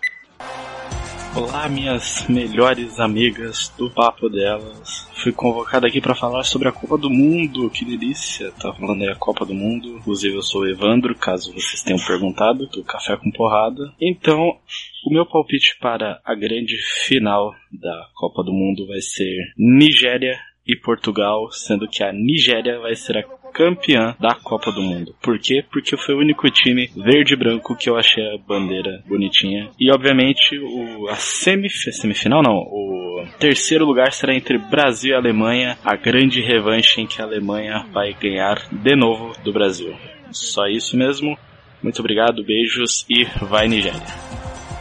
Olá, minhas melhores amigas do Papo Delas. Fui convocado aqui para falar sobre a Copa do Mundo. Que delícia, tá falando aí a Copa do Mundo. Inclusive eu sou o Evandro, caso vocês tenham perguntado, do Café com Porrada. Então, o meu palpite para a grande final da Copa do Mundo vai ser Nigéria e Portugal, sendo que a Nigéria vai ser a campeã da Copa do Mundo. Por quê? Porque foi o único time verde e branco que eu achei a bandeira bonitinha. E obviamente o, a semif- semifinal não, o terceiro lugar será entre Brasil e Alemanha, a grande revanche em que a Alemanha vai ganhar de novo do Brasil. Só isso mesmo. Muito obrigado, beijos e vai Nigéria.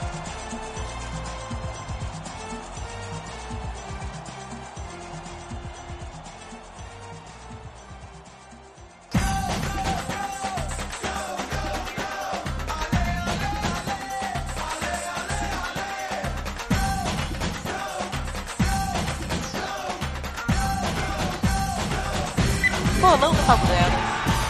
Bolão do Papo Delas.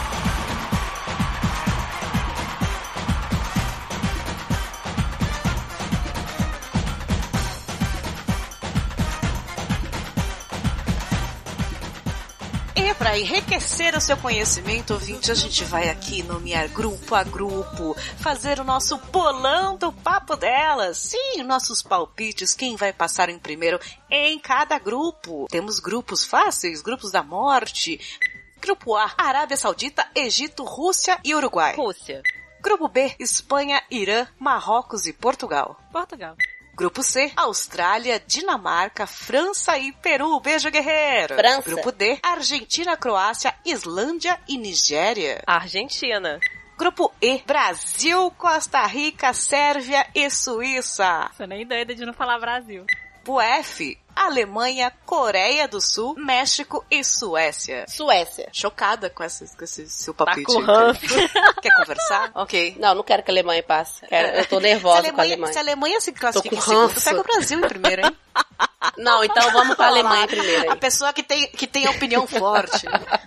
E para enriquecer o seu conhecimento, ouvinte, a gente vai aqui nomear grupo a grupo, fazer o nosso bolão do Papo Delas. Sim, nossos palpites, quem vai passar em primeiro em cada grupo. Temos grupos fáceis, grupos da morte. Grupo A, Arábia Saudita, Egito, Rússia e Uruguai. Rússia. Grupo B, Espanha, Irã, Marrocos e Portugal. Portugal. Grupo C, Austrália, Dinamarca, França e Peru. Beijo, guerreiro. França. Grupo D, Argentina, Croácia, Islândia e Nigéria. Argentina. Grupo E, Brasil, Costa Rica, Sérvia e Suíça. Sou nem doida de não falar Brasil. Grupo F, Alemanha, Coreia do Sul, México e Suécia. Suécia. Chocada com, essa, com esse seu Tá palpite. com ranço. Quer conversar? Ok. Não, não quero que a Alemanha passe. Quero, eu tô nervosa se a Alemanha, com a Alemanha. Se a Alemanha se classifica Tô em com segundo, ranço. pega o Brasil em primeiro, hein? Não, então vamos pra Alemanha primeiro. A Aí. pessoa que tem, que tem opinião forte.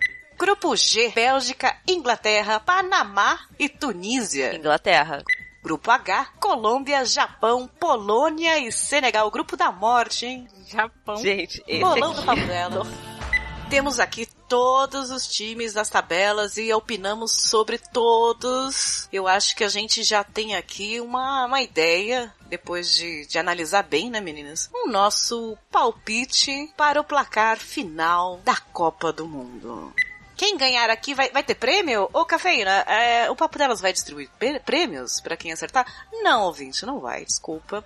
Grupo G, Bélgica, Inglaterra, Panamá e Tunísia. Inglaterra. Grupo H, Colômbia, Japão, Polônia e Senegal. Grupo da morte, hein? Japão. Gente, esse Bolão aqui... do Papo Delas. Temos aqui todos os times das tabelas e opinamos sobre todos. Eu acho que a gente já tem aqui uma, uma ideia, depois de, de analisar bem, né, meninas? O nosso palpite para o placar final da Copa do Mundo. Quem ganhar aqui vai, vai ter prêmio? Ô, Cafeína, é, o Papo Delas vai distribuir pe- prêmios pra quem acertar? Não, ouvinte, não vai, desculpa.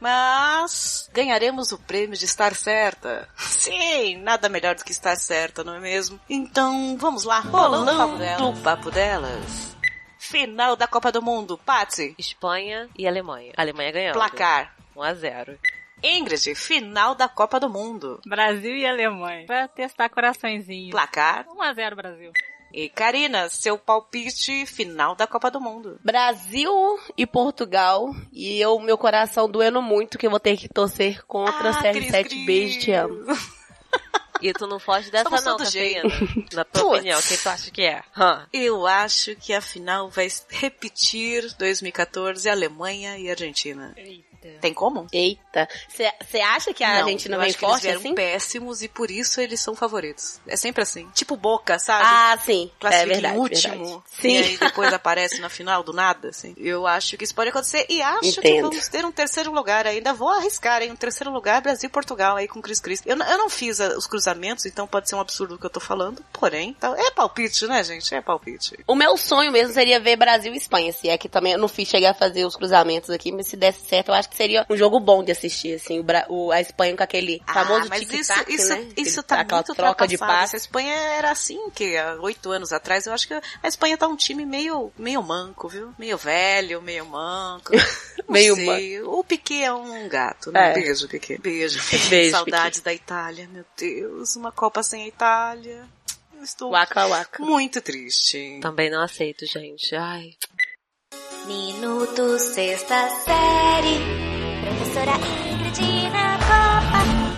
Mas ganharemos o prêmio de estar certa. Sim, nada melhor do que estar certa, não é mesmo? Então, vamos lá. Bolão do Papo Delas. Do Papo Delas. Final da Copa do Mundo. Patsy. Espanha e Alemanha. Alemanha ganhando. Placar. um a zero. Ingrid, final da Copa do Mundo. Brasil e Alemanha. Pra testar coraçõezinho. Placar. um a zero Brasil. E Karina, seu palpite final da Copa do Mundo. Brasil e Portugal. E eu, meu coração doendo muito que eu vou ter que torcer contra Ah, C R sete. Cris, Cris. Beijo, te amo. E tu não foge dessa Somos não, todo Cafeína. Na tua Puts. opinião, quem tu acha que é? Hã? Eu acho que a final vai repetir dois mil e quatorze, Alemanha e Argentina. Tem como? Eita. Você acha que a não, Argentina eu vem acho que forte eles vieram assim? péssimos e por isso eles são favoritos. É sempre assim. Tipo Boca, sabe? Ah, sim. Classifica é verdade, em último. verdade. Sim. E aí depois aparece na final do nada, assim. Eu acho que isso pode acontecer e acho Entendo. que vamos ter um terceiro lugar ainda. Vou arriscar, hein? Um terceiro lugar, Brasil e Portugal aí com Cris Cris. Eu, eu não fiz a, os cruzamentos, então pode ser um absurdo o que eu tô falando. Porém, então, é palpite, né, gente? É palpite. O meu sonho mesmo seria ver Brasil e Espanha. Se é que também eu não fiz chegar a fazer os cruzamentos aqui, mas se desse certo, eu acho que seria um jogo bom de assistir, assim, o, Bra- o a Espanha com aquele famoso ah, mas isso, tic-tac, isso, né? isso Aquele- tá aquela muito troca de ultrapassado. passe. A Espanha era assim, que há oito anos atrás, eu acho que a Espanha tá um time meio, meio manco, viu? Meio velho, meio manco. Não Meio sei. O Piquet é um gato, né? É. Beijo, Piquet. Beijo. Beijo, Saudades da Itália, meu Deus. Uma Copa sem a Itália. Eu estou Waka, waka. muito triste. Também não aceito, gente. Ai. Minuto sexta série, professora Ingrid na Copa.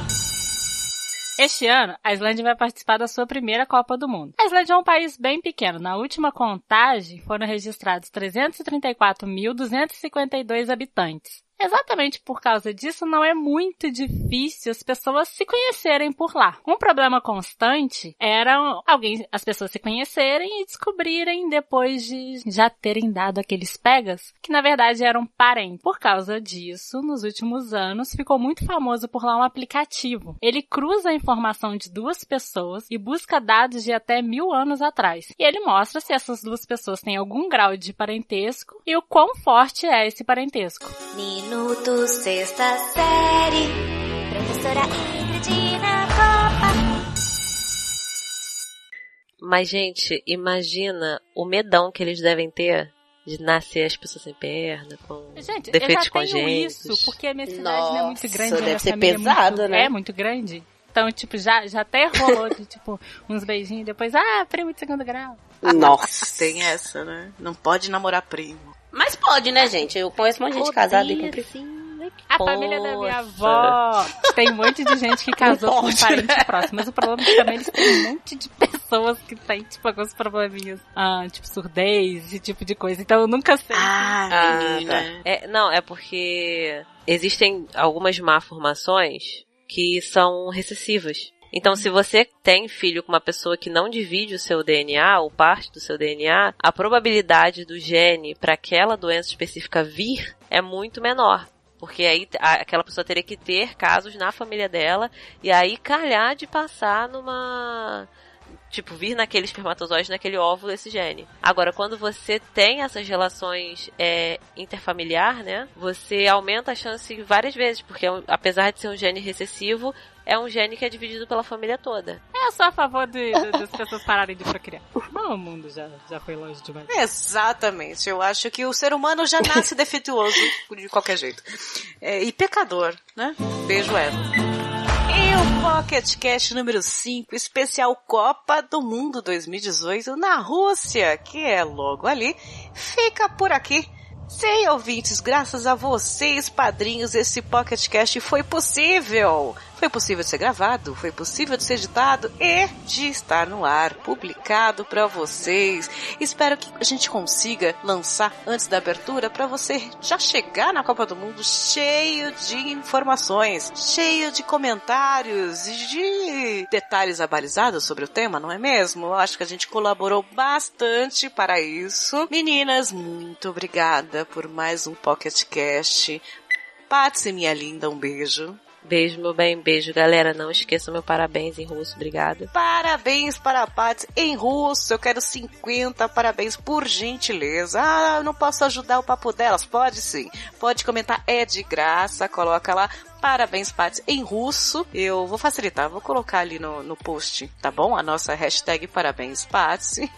Este ano, a Islândia vai participar da sua primeira Copa do Mundo. A Islândia é um país bem pequeno. Na última contagem, foram registrados trezentos e trinta e quatro mil, duzentos e cinquenta e dois habitantes. Exatamente por causa disso, não é muito difícil as pessoas se conhecerem por lá. Um problema constante era alguém, as pessoas se conhecerem e descobrirem depois de já terem dado aqueles pegas, que na verdade eram parentes. Por causa disso, nos últimos anos, ficou muito famoso por lá um aplicativo. Ele cruza a informação de duas pessoas e busca dados de até mil anos atrás. E ele mostra se essas duas pessoas têm algum grau de parentesco e o quão forte é esse parentesco. Minuto sexta série, professora Ingrid na Copa. Mas, gente, imagina o medão que eles devem ter de nascer as pessoas sem perna, com Gente, defeitos eu já tenho congênitos. isso, porque a minha cidade não é muito Nossa, grande. deve minha ser família pesado, é muito, né? É muito grande. Então, tipo, já, já até rolou de, tipo, uns beijinhos, depois, ah, primo de segundo grau. Nossa. Tem essa, né? Não pode namorar primo. Mas pode, né, gente? Eu conheço um monte de gente casada e com primo. Sim, né? Que A poxa. família da minha avó tem um monte de gente que casou com um pode, parente né? próximo. Mas o problema é que também eles têm um monte de pessoas que têm, tipo, alguns probleminhas, ah, tipo, surdez, esse tipo de coisa. Então eu nunca sei. Ah, Ah, menina. É, não, é porque existem algumas malformações que são recessivas. Então, se você tem filho com uma pessoa que não divide o seu D N A, ou parte do seu D N A, a probabilidade do gene para aquela doença específica vir é muito menor. Porque aí a- aquela pessoa teria que ter casos na família dela e aí calhar de passar numa... Tipo, vir naquele espermatozoide, naquele óvulo, esse gene. Agora, quando você tem essas relações é, interfamiliar, né? Você aumenta a chance várias vezes, porque é um- apesar de ser um gene recessivo, é um gene que é dividido pela família toda. Eu sou a favor de, de- das pessoas pararem de procriar. Bom, o mundo já, já foi longe demais. Exatamente. Eu acho que o ser humano já nasce defeituoso de qualquer jeito. É, e pecador, né? Beijo, Eva. E o Pocket Cast número cinco, especial Copa do Mundo dois mil e dezoito na Rússia, que é logo ali, fica por aqui. Sim, ouvintes, graças a vocês, padrinhos, esse Pocket Cast foi possível. Foi possível de ser gravado, foi possível de ser editado e de estar no ar, publicado para vocês. Espero que a gente consiga lançar antes da abertura para você já chegar na Copa do Mundo cheio de informações, cheio de comentários e de detalhes abalizados sobre o tema, não é mesmo? Eu acho que a gente colaborou bastante para isso. Meninas, muito obrigada por mais um Pocket Cast. Patsy, minha linda, um beijo. Beijo, meu bem, beijo, galera. Não esqueçam meu parabéns em russo, obrigada. Parabéns para a Patsy em russo. Eu quero cinquenta parabéns, por gentileza. Ah, eu não posso ajudar o papo delas. Pode sim. Pode comentar, é de graça. Coloca lá. Parabéns, Patsy, em russo. Eu vou facilitar, vou colocar ali no, no post, tá bom? A nossa hashtag parabéns, Patsy.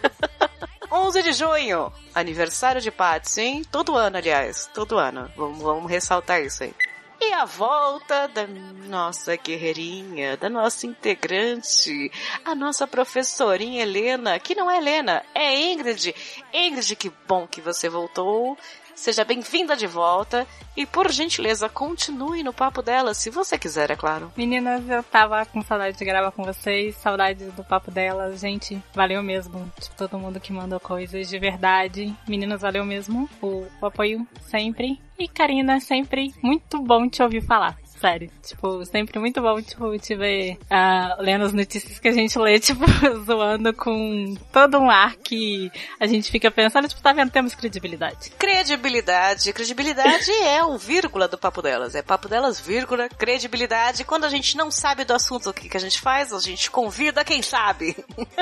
onze de junho, aniversário de Patsy, hein? Todo ano, aliás. Todo ano. Vamos, vamos ressaltar isso aí. E a volta da nossa guerreirinha, da nossa integrante, a nossa professorinha Helena, que não é Helena, é Ingrid. Ingrid, que bom que você voltou. seja bem-vinda de volta e, por gentileza, continue no Papo Delas, se você quiser, é claro. Meninas, eu tava com saudade de gravar com vocês, saudade do Papo Delas, gente, valeu mesmo, tipo, todo mundo que mandou coisas de verdade. Meninas, valeu mesmo o, o apoio sempre. E Karina, sempre muito bom te ouvir falar. Sério, tipo, sempre muito bom, tipo, te ver uh, lendo as notícias que a gente lê, tipo, zoando com todo um ar que a gente fica pensando, tipo, tá vendo, temos credibilidade. Credibilidade, credibilidade é o vírgula do Papo Delas, é Papo Delas, vírgula, credibilidade. Quando a gente não sabe do assunto, o que, que a gente faz? A gente convida quem sabe.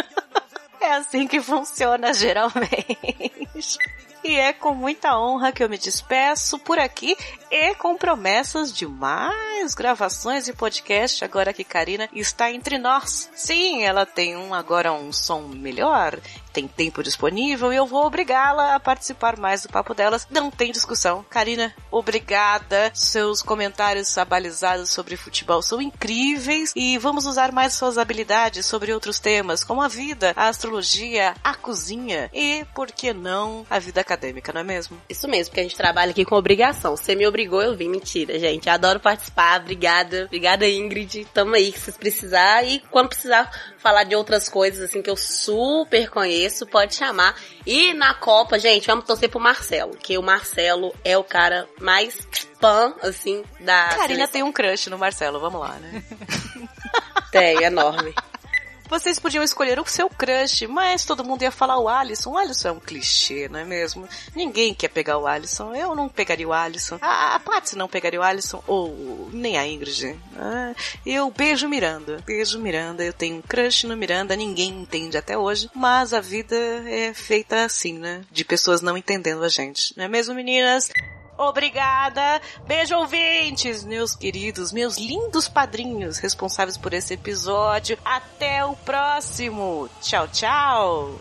É assim que funciona geralmente. E é com muita honra que eu me despeço por aqui e com promessas de mais gravações e podcast agora que Karina está entre nós. Sim, ela tem um agora um som melhor, tem tempo disponível e eu vou obrigá-la a participar mais do Papo Delas. Não tem discussão. Karina, obrigada. Seus comentários abalizados sobre futebol são incríveis e vamos usar mais suas habilidades sobre outros temas, como a vida, a astrologia, a cozinha e, por que não, a vida acadêmica, não é mesmo? Isso mesmo, porque a gente trabalha aqui com obrigação. Você me obrigou, eu vim. Mentira, gente. Adoro participar. Obrigada. Obrigada, Ingrid. Tamo aí, se vocês precisarem. E quando precisar falar de outras coisas, assim, que eu super conheço, pode chamar. E na Copa, gente, vamos torcer pro Marcelo, que o Marcelo é o cara mais fã, assim, da Karina seleção. tem um crush no Marcelo, vamos lá, né? Tem, enorme. Vocês podiam escolher o seu crush, mas todo mundo ia falar o Alisson. O Alisson é um clichê, não é mesmo? Ninguém quer pegar o Alisson. Eu não pegaria o Alisson. A, a Patsy não pegaria o Alisson. Ou nem a Ingrid. Ah, eu beijo Miranda. Beijo Miranda. Eu tenho um crush no Miranda. Ninguém entende até hoje. Mas a vida é feita assim, né? De pessoas não entendendo a gente. Não é mesmo, meninas? Obrigada. Beijo, ouvintes, meus queridos, meus lindos padrinhos responsáveis por esse episódio. Até o próximo. Tchau, tchau.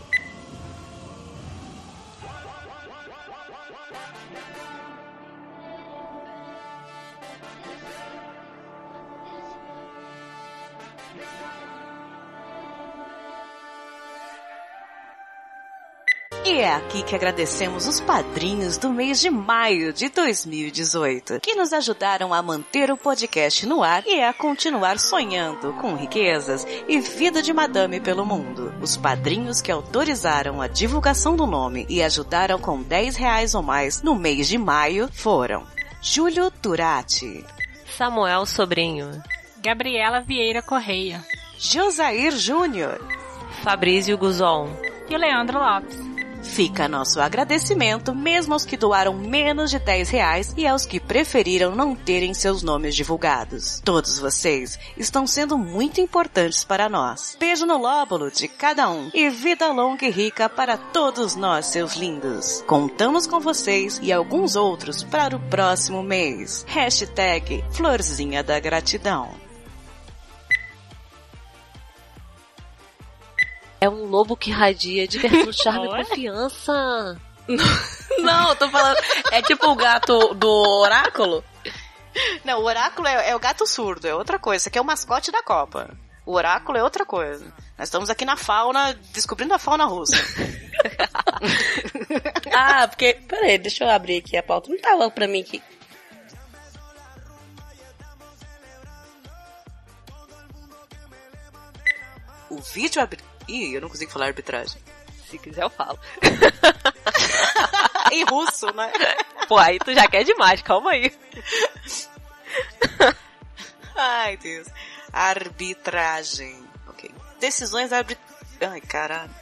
E é aqui que agradecemos os padrinhos do mês de maio de dois mil e dezoito, que nos ajudaram a manter o podcast no ar e a continuar sonhando com riquezas e vida de madame pelo mundo. Os padrinhos que autorizaram a divulgação do nome e ajudaram com dez reais ou mais no mês de maio foram Júlio Turati, Samuel Sobrinho, Gabriela Vieira Correia, Josair Júnior, Fabrício Guzon e o Leandro Lopes. Fica nosso agradecimento mesmo aos que doaram menos de dez reais e aos que preferiram não terem seus nomes divulgados. Todos vocês estão sendo muito importantes para nós. Beijo no lóbulo de cada um e vida longa e rica para todos nós, seus lindos. Contamos com vocês e alguns outros para o próximo mês. Hashtag Florzinha da Gratidão. É um lobo que radia diversão, charme e confiança. Não, eu tô falando... É tipo o gato do oráculo? Não, o oráculo é, é o gato surdo, é outra coisa. Isso aqui é o mascote da Copa. O oráculo é outra coisa. Nós estamos aqui na fauna, descobrindo a fauna russa. Ah, porque... Peraí, deixa eu abrir aqui a pauta. Não tava pra mim aqui. O vídeo... Abri... Ih, eu não consigo falar arbitragem. Se quiser eu falo. Em russo, né? Pô, aí tu já quer demais, calma aí. Ai, Deus. Arbitragem. Ok. Decisões arbit... Ai, caralho.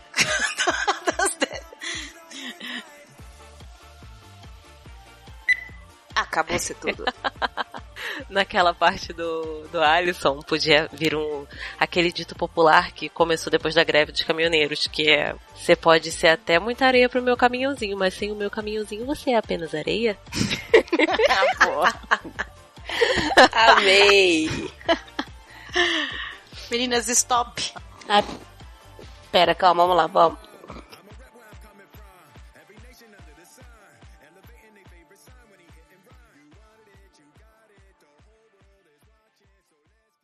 Acabou-se tudo. Naquela parte do, do Alisson podia vir um aquele dito popular que começou depois da greve dos caminhoneiros, que é: você pode ser até muita areia pro meu caminhãozinho, mas sem o meu caminhãozinho você é apenas areia. Amei. Meninas, stop. Ah, pera, calma, vamos lá, vamos.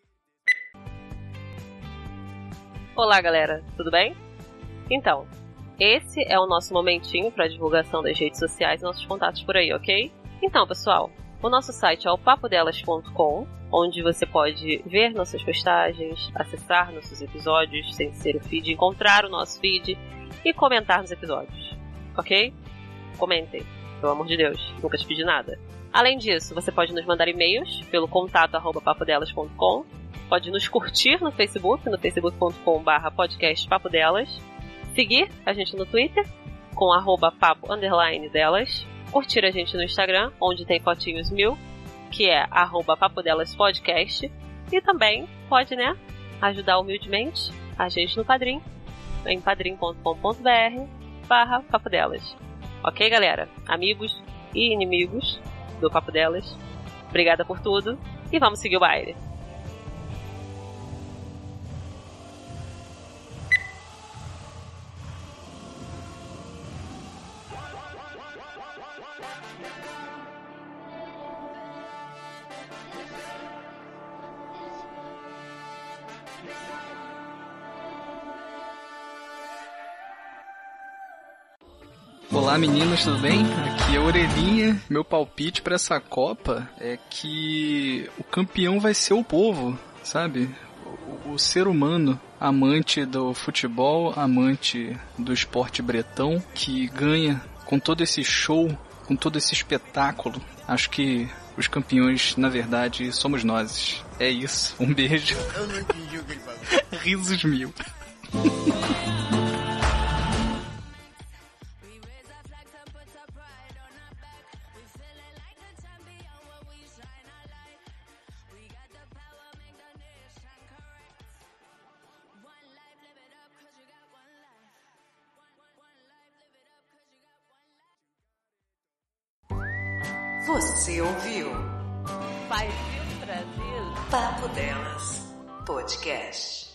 Olá, galera, tudo bem? Então, esse é o nosso momentinho para divulgação das redes sociais e nossos contatos por aí, ok? Então, pessoal, o nosso site é o papo delas ponto com, onde você pode ver nossas postagens, acessar nossos episódios sem ser o feed, encontrar o nosso feed e comentar nos episódios, ok? Comentem, pelo amor de Deus, nunca te pedi nada. Além disso, você pode nos mandar e-mails pelo contato arroba papo delas ponto com, pode nos curtir no Facebook, no facebook ponto com barra podcast papo delas, seguir a gente no Twitter com arroba papo underline delas, curtir a gente no Instagram, onde tem fotinhos mil, que é arroba papo delas podcast, e também pode, né, ajudar humildemente a gente no Padrim, em padrim ponto com ponto br barra papo delas. Ok, galera? Amigos e inimigos do Papo Delas, obrigada por tudo e vamos seguir o baile. Olá meninas, tudo bem? Aqui é a Orelhinha. Meu palpite pra essa Copa é que o campeão vai ser o povo, sabe? O, o ser humano, amante do futebol, amante do esporte bretão, que ganha com todo esse show, com todo esse espetáculo. Acho que os campeões, na verdade, somos nós. É isso, um beijo. Eu não entendi o que ele falou. Risos mil. Você ouviu? Vai vir Brasil. Papo Delas Podcast.